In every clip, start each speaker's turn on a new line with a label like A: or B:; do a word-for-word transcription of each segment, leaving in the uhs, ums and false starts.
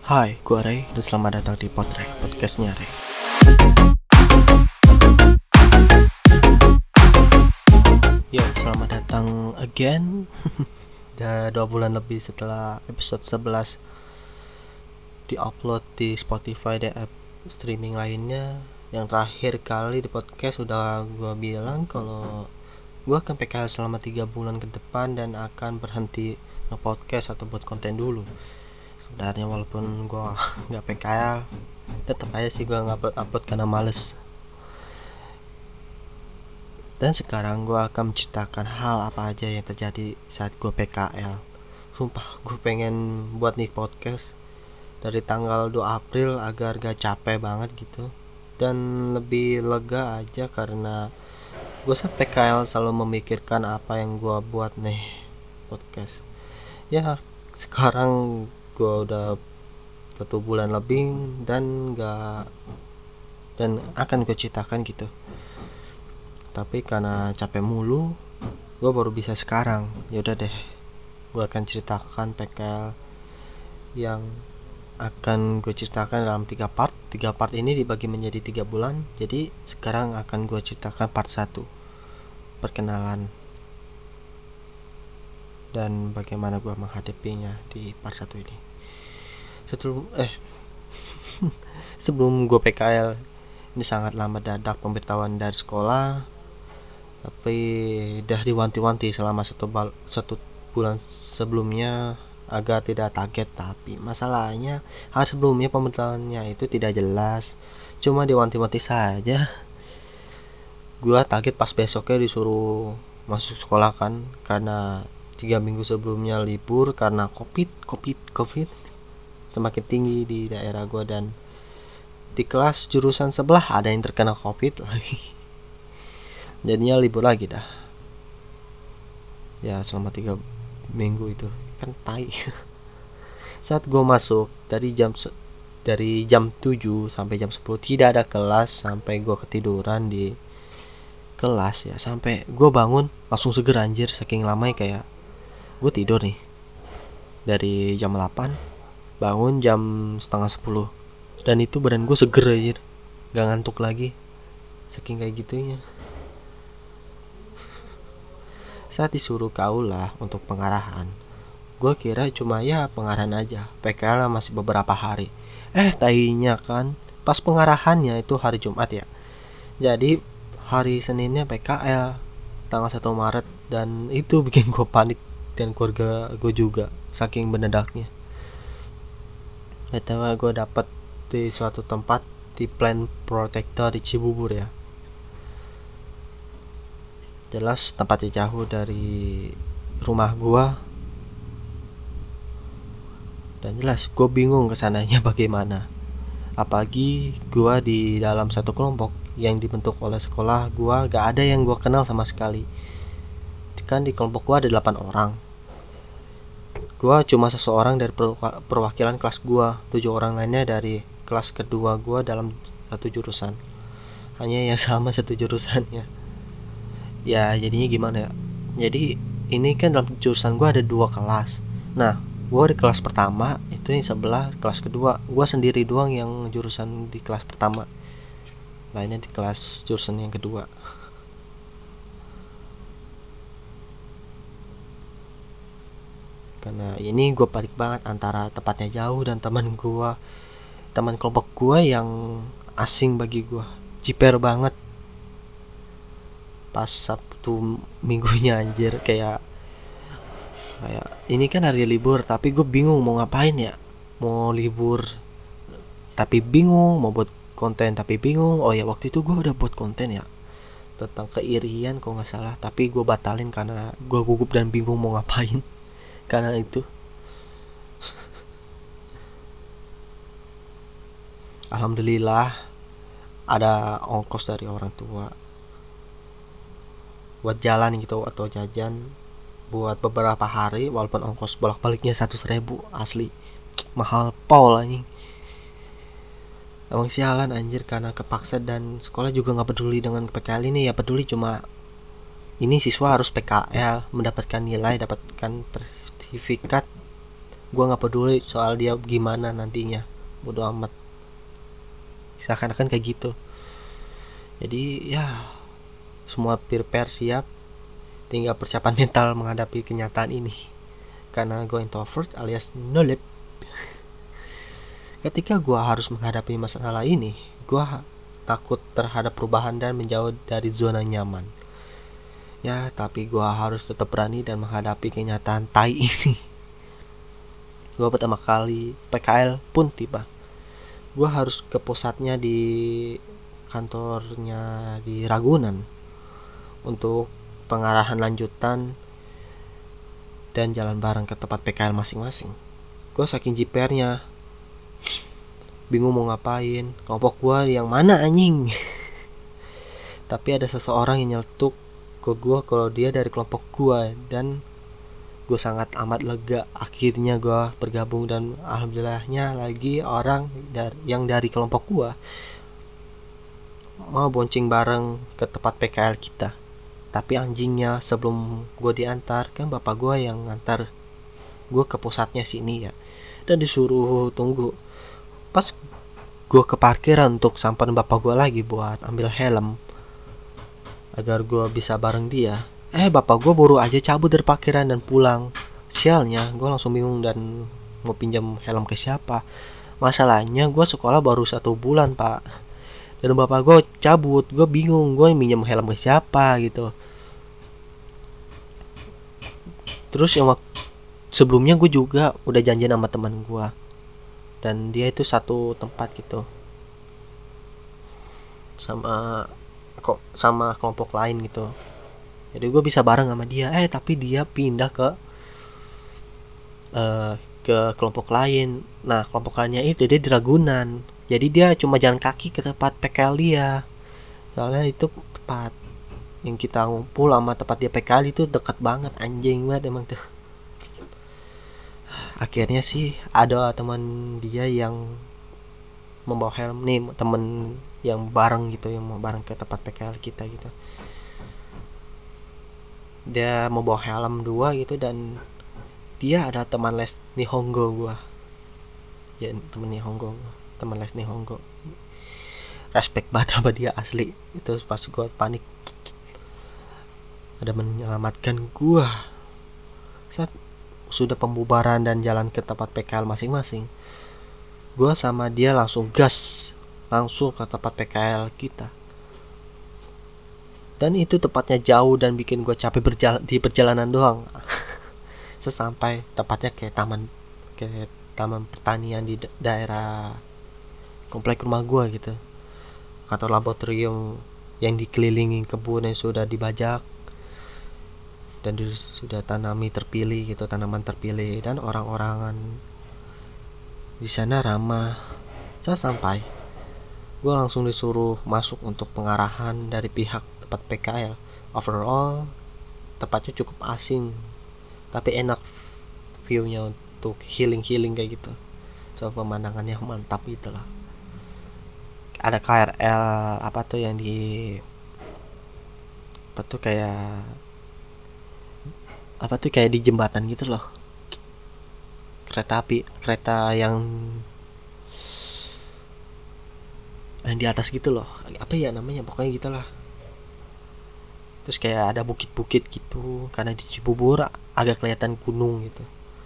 A: Hai, gue Ray dan selamat datang di Potray, podcastnya Ray. Yo, selamat datang again. Udah dua bulan lebih setelah episode sebelas di-upload di Spotify dan app streaming lainnya. Yang terakhir kali di podcast udah gue bilang kalau gue akan P K L selama tiga bulan ke depan dan akan berhenti nge-podcast atau buat konten dulu. Sebenarnya walaupun gue nggak P K L, tetap aja sih gue nggak upload upload karena males. Dan sekarang gue akan menceritakan hal apa aja yang terjadi saat gue P K L. Sumpah gue pengen buat nih podcast dari tanggal dua April agar gak capek banget gitu, dan lebih lega aja karena gue saat P K L selalu memikirkan apa yang gue buat nih podcast. Ya sekarang gue udah satu bulan lebih dan gak dan akan gue ceritakan gitu, tapi karena capek mulu gue baru bisa sekarang. Yaudah deh, gue akan ceritakan P K L yang akan gue ceritakan dalam tiga part. Tiga part ini dibagi menjadi tiga bulan. Jadi sekarang akan gue ceritakan part satu, perkenalan dan bagaimana gue menghadapinya di part satu ini. Sebelum eh sebelum gue P K L ini sangat lama dadak pemberitahuan dari sekolah, tapi dah diwanti-wanti selama satu, bal- satu bulan sebelumnya agar tidak kaget. Tapi masalahnya hari sebelumnya pemberitahuannya itu tidak jelas, cuma diwanti-wanti saja. Gua kaget pas besoknya disuruh masuk sekolah kan, karena tiga minggu sebelumnya libur karena covid covid covid semakin tinggi di daerah gua, dan di kelas jurusan sebelah ada yang terkena covid lagi. Jadinya libur lagi dah. Ya selama tiga minggu itu kan tai. Saat gue masuk dari jam se- dari jam tujuh sampai jam sepuluh tidak ada kelas, sampai gue ketiduran di kelas ya, sampai gue bangun langsung seger anjir, saking lamanya. Kayak gue tidur nih dari jam delapan, bangun jam setengah sepuluh, dan itu badan gue seger anjir, gak ngantuk lagi, saking kayak gitunya. Saat disuruh ke aula untuk pengarahan, gue kira cuma ya pengarahan aja, P K L masih beberapa hari. Eh tainya kan pas pengarahannya itu hari Jumat ya, jadi hari Seninnya P K L tanggal satu Maret. Dan itu bikin gue panik dan keluarga gue juga, saking menedaknya. Btw gue dapet di suatu tempat di Plant Protector di Cibubur ya, jelas tempatnya jauh dari rumah gue, dan jelas gue bingung kesananya bagaimana. Apalagi gue di dalam satu kelompok yang dibentuk oleh sekolah gue, gak ada yang gue kenal sama sekali. Kan di kelompok gue ada delapan orang, gue cuma seseorang dari perwakilan kelas gue, tujuh orang lainnya dari kelas kedua gue dalam satu jurusan, hanya yang sama satu jurusannya. Ya jadinya gimana ya, jadi ini kan dalam jurusan gue ada dua kelas. Nah gue di kelas pertama itu yang sebelah kelas kedua, gue sendiri doang yang jurusan di kelas pertama, lainnya di kelas jurusan yang kedua. Karena ini gue panik banget antara tempatnya jauh dan teman gue, teman kelompok gue yang asing bagi gue, jiper banget. Pas Sabtu minggunya anjir, kayak kayak ini kan hari libur tapi gue bingung mau ngapain ya. Mau libur tapi bingung, mau buat konten tapi bingung. Oh ya waktu itu gue udah buat konten ya tentang keirian kok nggak salah, tapi gue batalin karena gue gugup dan bingung mau ngapain. Karena itu alhamdulillah ada ongkos dari orang tua buat jalan gitu atau jajan buat beberapa hari, walaupun ongkos bolak baliknya seratus ribu asli mahal pol anjing. Emang sialan anjir karena kepaksa, dan sekolah juga nggak peduli dengan P K L ini. Ya peduli cuma ini siswa harus P K L, mendapatkan nilai, dapatkan sertifikat gue nggak peduli soal dia gimana nantinya, bodo amat, seakan-akan kayak gitu. Jadi ya semua prepare siap, tinggal persiapan mental menghadapi kenyataan ini. Karena gue introvert alias nolep, ketika gue harus menghadapi masalah ini, gue takut terhadap perubahan dan menjauh dari zona nyaman. Ya tapi gue harus tetap berani dan menghadapi kenyataan tai ini. Gue pertama kali P K L pun tiba. Gue harus ke pusatnya di kantornya di Ragunan untuk pengarahan lanjutan dan jalan bareng ke tempat P K L masing-masing. Gue saking jipernya, bingung mau ngapain, kelompok gue yang mana anjing. Tapi ada seseorang yang nyeletuk ke gue kalau dia dari kelompok gue, dan gue sangat amat lega. Akhirnya gue bergabung dan alhamdulillahnya lagi orang dari, yang dari kelompok gue mau bonceng bareng ke tempat P K L kita. Tapi anjingnya, sebelum gue diantar, kan bapak gue yang ngantar gue ke pusatnya sini ya, dan disuruh tunggu. Pas gue ke parkiran untuk samperin bapak gue lagi buat ambil helm agar gue bisa bareng dia, eh bapak gue baru aja cabut dari parkiran dan pulang. Sialnya, gue langsung bingung dan mau pinjam helm ke siapa. Masalahnya gue sekolah baru satu bulan pak, dan bapak gue cabut. Gue bingung, gue minjem helm ke siapa gitu. Terus yang waktu sebelumnya gue juga udah janjian sama teman gue, dan dia itu satu tempat gitu sama kok sama kelompok lain gitu. Jadi gue bisa bareng sama dia. Eh tapi dia pindah ke uh, ke kelompok lain. Nah kelompok lainnya itu dia di Ragunan. Jadi dia cuma jalan kaki ke tempat P K L dia. Soalnya itu tempat yang kita ngumpul sama tempat dia P K L itu dekat banget, anjing banget emang tuh. Akhirnya sih ada teman dia yang membawa helm nih, temen yang bareng gitu, yang mau bareng ke tempat P K L kita gitu. Dia membawa helm dua gitu, dan dia ada teman les Nihongo gua. Ya temen Nihongo, teman les Nihongo. Respect banget sama dia asli. Itu pas gua panik, ada menyelamatkan gua. Saat sudah pembubaran dan jalan ke tempat P K L masing-masing, gue sama dia langsung gas, langsung ke tempat P K L kita. Dan itu tempatnya jauh dan bikin gue capek berjalan di perjalanan doang. Sesampai tempatnya kayak taman, kayak taman pertanian di da- daerah komplek rumah gue gitu, atau laboratorium yang dikelilingi kebun yang sudah dibajak dan sudah tanami terpilih gitu, tanaman terpilih, dan orang-orangan di sana ramah. Saat sampai, gue langsung disuruh masuk untuk pengarahan dari pihak tempat P K L. Overall, tempatnya cukup asing, tapi enak view-nya untuk healing-healing kayak gitu. So pemandangannya mantap gitu lah. Ada K R L apa tuh yang di apa tuh kayak apa tuh kayak di jembatan gitu loh, kereta api, kereta yang yang di atas gitu loh, apa ya namanya, pokoknya gitulah. Terus kayak ada bukit-bukit gitu, karena di Cibubur agak kelihatan gunung gitu.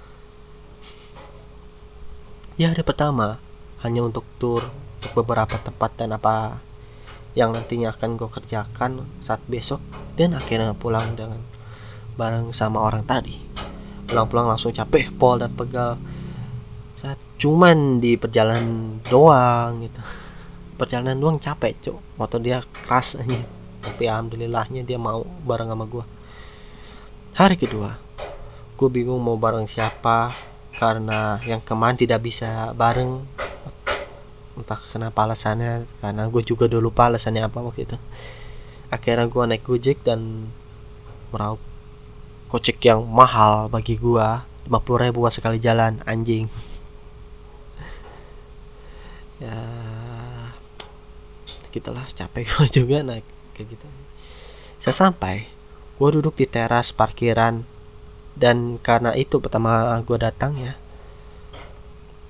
A: Ya hari pertama hanya untuk tur untuk beberapa tempat dan apa yang nantinya akan gue kerjakan saat besok, dan akhirnya pulang dengan bareng sama orang tadi. Pulang-pulang langsung capek, pol dan pegal. Saat cuman di perjalanan doang gitu, perjalanan doang capek cuk, motor dia keras aja. Tapi alhamdulillahnya dia mau bareng sama gue. Hari kedua gue bingung mau bareng siapa, karena yang kemarin tidak bisa bareng, entah kenapa alasannya, karena gue juga udah lupa alasannya apa waktu itu. Akhirnya gue naik Gojek dan meraup kocek yang mahal bagi gue, lima puluh ribu sekali jalan, anjing. Ya gitulah, capek gue juga naik kayak gitu. Saya sampai, gue duduk di teras parkiran, dan karena itu pertama gue datang ya,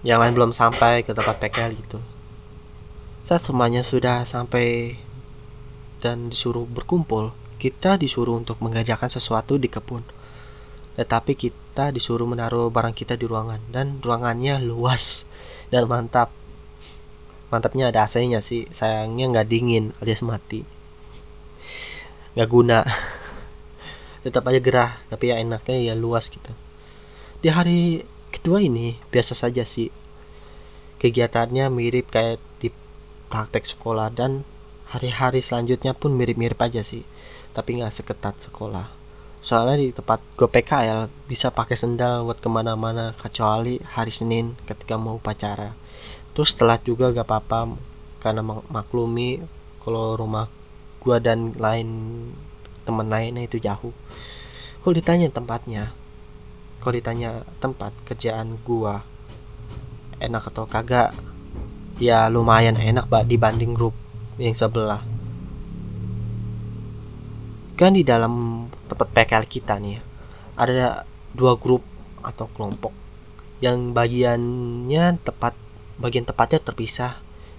A: yang lain belum sampai ke tempat P K L gitu. Saat semuanya sudah sampai dan disuruh berkumpul, kita disuruh untuk mengerjakan sesuatu di kebun. Tetapi kita disuruh menaruh barang kita di ruangan, dan ruangannya luas dan mantap. Mantapnya ada A C-nya sih, sayangnya nggak dingin alias mati, nggak guna. Tetap aja gerah, tapi ya enaknya ya luas gitu. Di hari kedua ini biasa saja sih, kegiatannya mirip kayak di praktek sekolah, dan hari-hari selanjutnya pun mirip-mirip aja sih, tapi nggak seketat sekolah. Soalnya di tempat gue P K L bisa pakai sendal buat kemana-mana kecuali hari Senin ketika mau upacara. Terus telat juga gak apa-apa, karena maklumi kalau rumah gua dan lain teman lainnya itu jauh. Kalau ditanya tempatnya, kalau ditanya tempat kerjaan gua enak atau kagak, ya lumayan enak Mbak dibanding grup yang sebelah. Kan di dalam tempat P K L kita nih ada dua grup atau kelompok yang bagiannya tepat bagian tepatnya terpisah.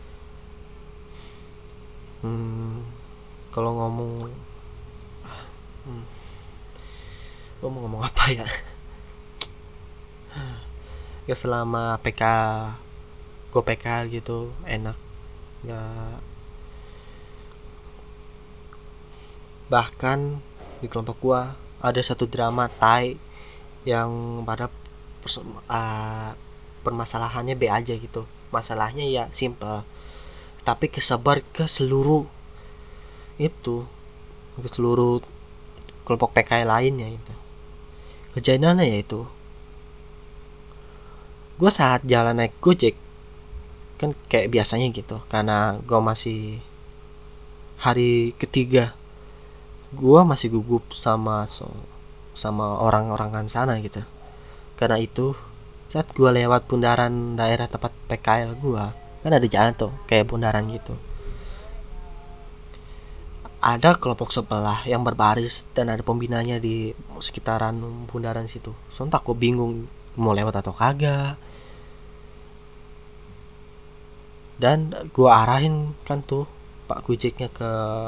A: Hmm, kalau ngomong, hmm, gue mau ngomong apa ya? Ya selama P K, gue P K gitu enak. Ya bahkan di kelompok gue ada satu drama Thai yang pada pers- uh, permasalahannya B aja gitu. Masalahnya ya simple, tapi kesebar ke seluruh itu, ke seluruh kelompok P K lainnya itu. Kejadiannya yaitu gue saat jalan naik Gojek, kan kayak biasanya gitu, karena gue masih hari ketiga, gue masih gugup sama so, sama orang-orangan sana gitu. Karena itu saat gue lewat bundaran daerah tempat P K L gue, kan ada jalan tuh kayak bundaran gitu, ada kelompok sebelah yang berbaris dan ada pembinanya di sekitaran bundaran situ. Sontak gue bingung mau lewat atau kagak, dan gue arahin kan tuh Pak Gojeknya ke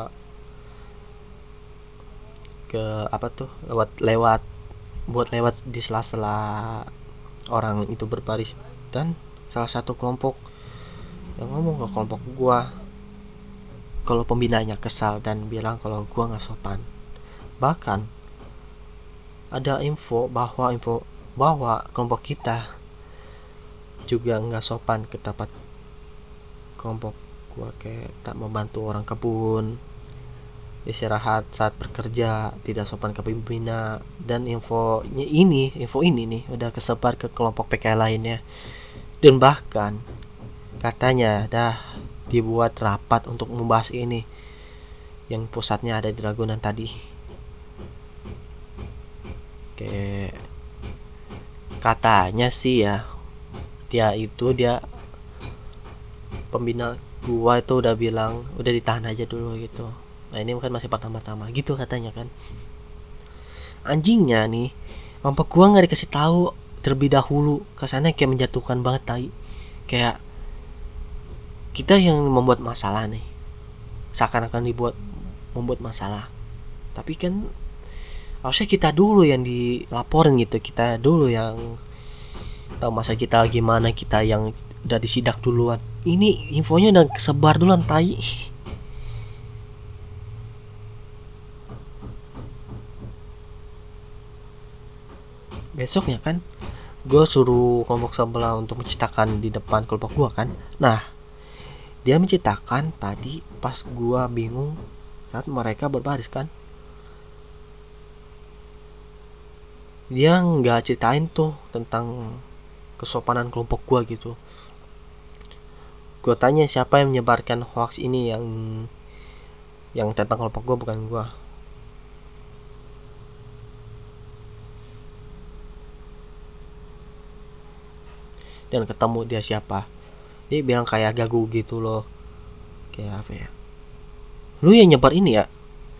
A: ke apa tuh lewat lewat buat lewat di sela-sela orang itu berbaris. Dan salah satu kelompok yang ngomong ke kelompok gue kalau pembinanya kesal dan bilang kalau gue nggak sopan. Bahkan ada info bahwa info bahwa kelompok kita juga nggak sopan ke tempat kelompok gue, kayak tak membantu orang kebun, istirahat saat bekerja, tidak sopan ke pembina. Dan infonya ini info ini nih udah kesebar ke kelompok P K lainnya, dan bahkan katanya dah dibuat rapat untuk membahas ini yang pusatnya ada di Ragunan tadi. Kayak katanya sih ya, dia itu dia pembina gua itu udah bilang udah ditahan aja dulu gitu. Nah ini kan masih pertama-tama gitu katanya kan. Anjingnya nih, kelompok gua nggak dikasih tahu terlebih dahulu, kesannya kayak menjatuhkan banget tai. Kayak kita yang membuat masalah nih, seakan-akan dibuat membuat masalah. Tapi kan harusnya kita dulu yang dilaporin gitu, kita dulu yang tahu masa kita gimana, kita yang udah disidak duluan. Ini infonya udah kesebar duluan tai. Besoknya kan gue suruh kelompok sebelah untuk menceritakan di depan kelompok gue kan. Nah dia menceritakan tadi pas gue bingung saat mereka berbaris kan, dia nggak ceritain tuh tentang kesopanan kelompok gue gitu. Gue tanya siapa yang menyebarkan hoax ini, yang yang tentang kelompok gue, bukan gue. Dan ketemu dia siapa, dia bilang kayak gagu gitu loh, kayak apa ya, lu yang nyebar ini ya?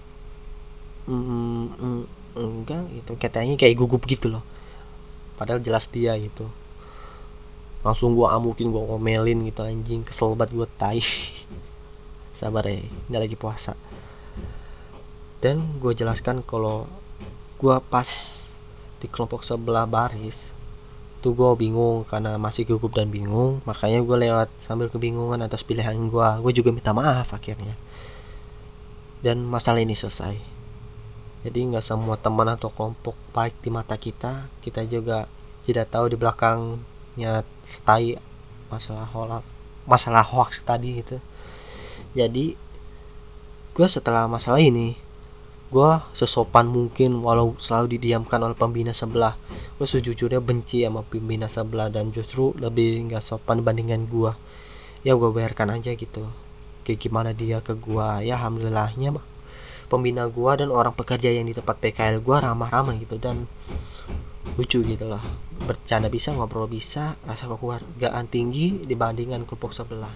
A: Mm, mm, enggak gitu, katanya kayak gugup gitu loh, padahal jelas dia gitu. langsung gue amukin, gue ngomelin gitu, anjing kesel banget gue, tai. Sabar ya, ini lagi puasa. Dan gue jelaskan kalau gue pas di kelompok sebelah baris tuh gue bingung karena masih gugup dan bingung, makanya gue lewat sambil kebingungan atas pilihan gue. Gue juga minta maaf akhirnya, dan masalah ini selesai. Jadi nggak semua teman atau kelompok baik di mata kita. Kita juga tidak tahu di belakangnya setai masalah hoax, masalah hoax tadi gitu. Jadi gue setelah masalah ini, gue sesopan mungkin walau selalu didiamkan oleh pembina sebelah. Gue sejujurnya benci sama pembina sebelah dan justru lebih nggak sopan dibandingkan gue. Ya gue biarkan aja gitu, kayak gimana dia ke gue. Ya alhamdulillahnya pembina gue dan orang pekerja yang di tempat P K L gue ramah-ramah gitu dan lucu gitu loh. Bercanda bisa, ngobrol bisa, rasa kekeluargaan tinggi dibandingkan kelompok sebelah.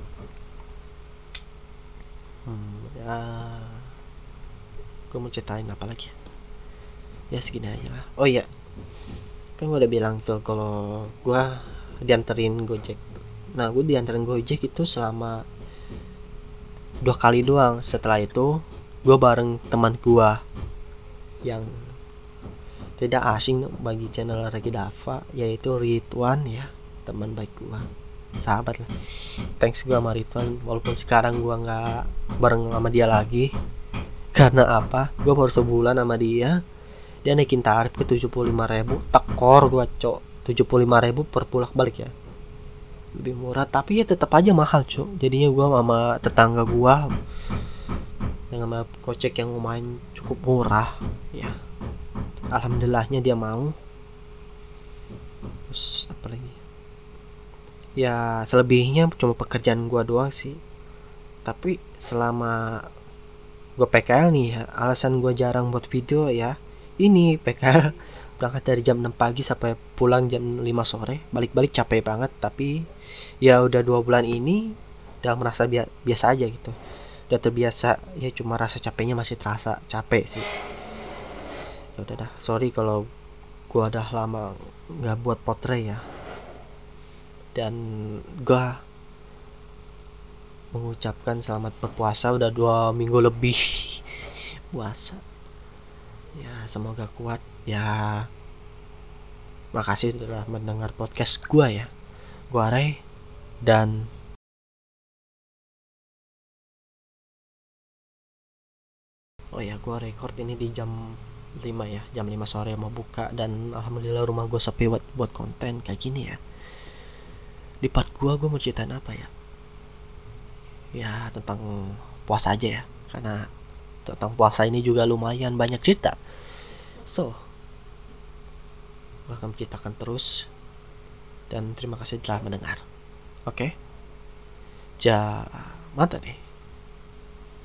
A: Hmm, ya gue mau ceritain apa lagi ya? Ya segini aja lah. Oh iya, kan gue udah bilang tuh kalau gue dianterin Gojek. Nah gue dianterin Gojek itu selama dua kali doang. Setelah itu gue bareng teman gue yang tidak asing bagi channel Regi Dava, yaitu Ridwan ya, teman baik gue, sahabat lah. Thanks gue sama Ridwan, walaupun sekarang gue nggak bareng sama dia lagi. Karena apa? Gue baru sebulan sama dia, dia naikin tarif ke tujuh puluh lima ribu. Tekor gue cok, tujuh puluh lima ribu per pulak balik ya, lebih murah tapi ya tetap aja mahal cok. Jadinya gue sama tetangga gue yang sama kocek yang lumayan cukup murah ya, alhamdulillahnya dia mau. Terus apa lagi ya, selebihnya cuma pekerjaan gue doang sih. Tapi selama gue P K L nih ya, alasan gue jarang buat video ya ini, P K L berangkat dari jam enam pagi sampai pulang jam lima sore, balik-balik capek banget. Tapi ya udah dua bulan ini udah merasa bi- biasa aja gitu, udah terbiasa ya. Cuma rasa capeknya masih terasa capek sih. Ya udah dah, sorry kalau gua udah lama nggak buat potret ya. Dan gua mengucapkan selamat berpuasa, udah dua minggu lebih puasa ya, semoga kuat ya. Makasih telah mendengar podcast gua ya. Gua Ray, dan oh ya, gua record ini di jam lima ya, jam lima sore mau buka. Dan alhamdulillah rumah gue sepi buat buat konten kayak gini ya. Di part gue gue mau ceritain apa ya, ya tentang puasa aja ya, karena tentang puasa ini juga lumayan banyak cerita. So gue akan menceritakan terus, dan terima kasih telah mendengar. Oke, ja mantap nih.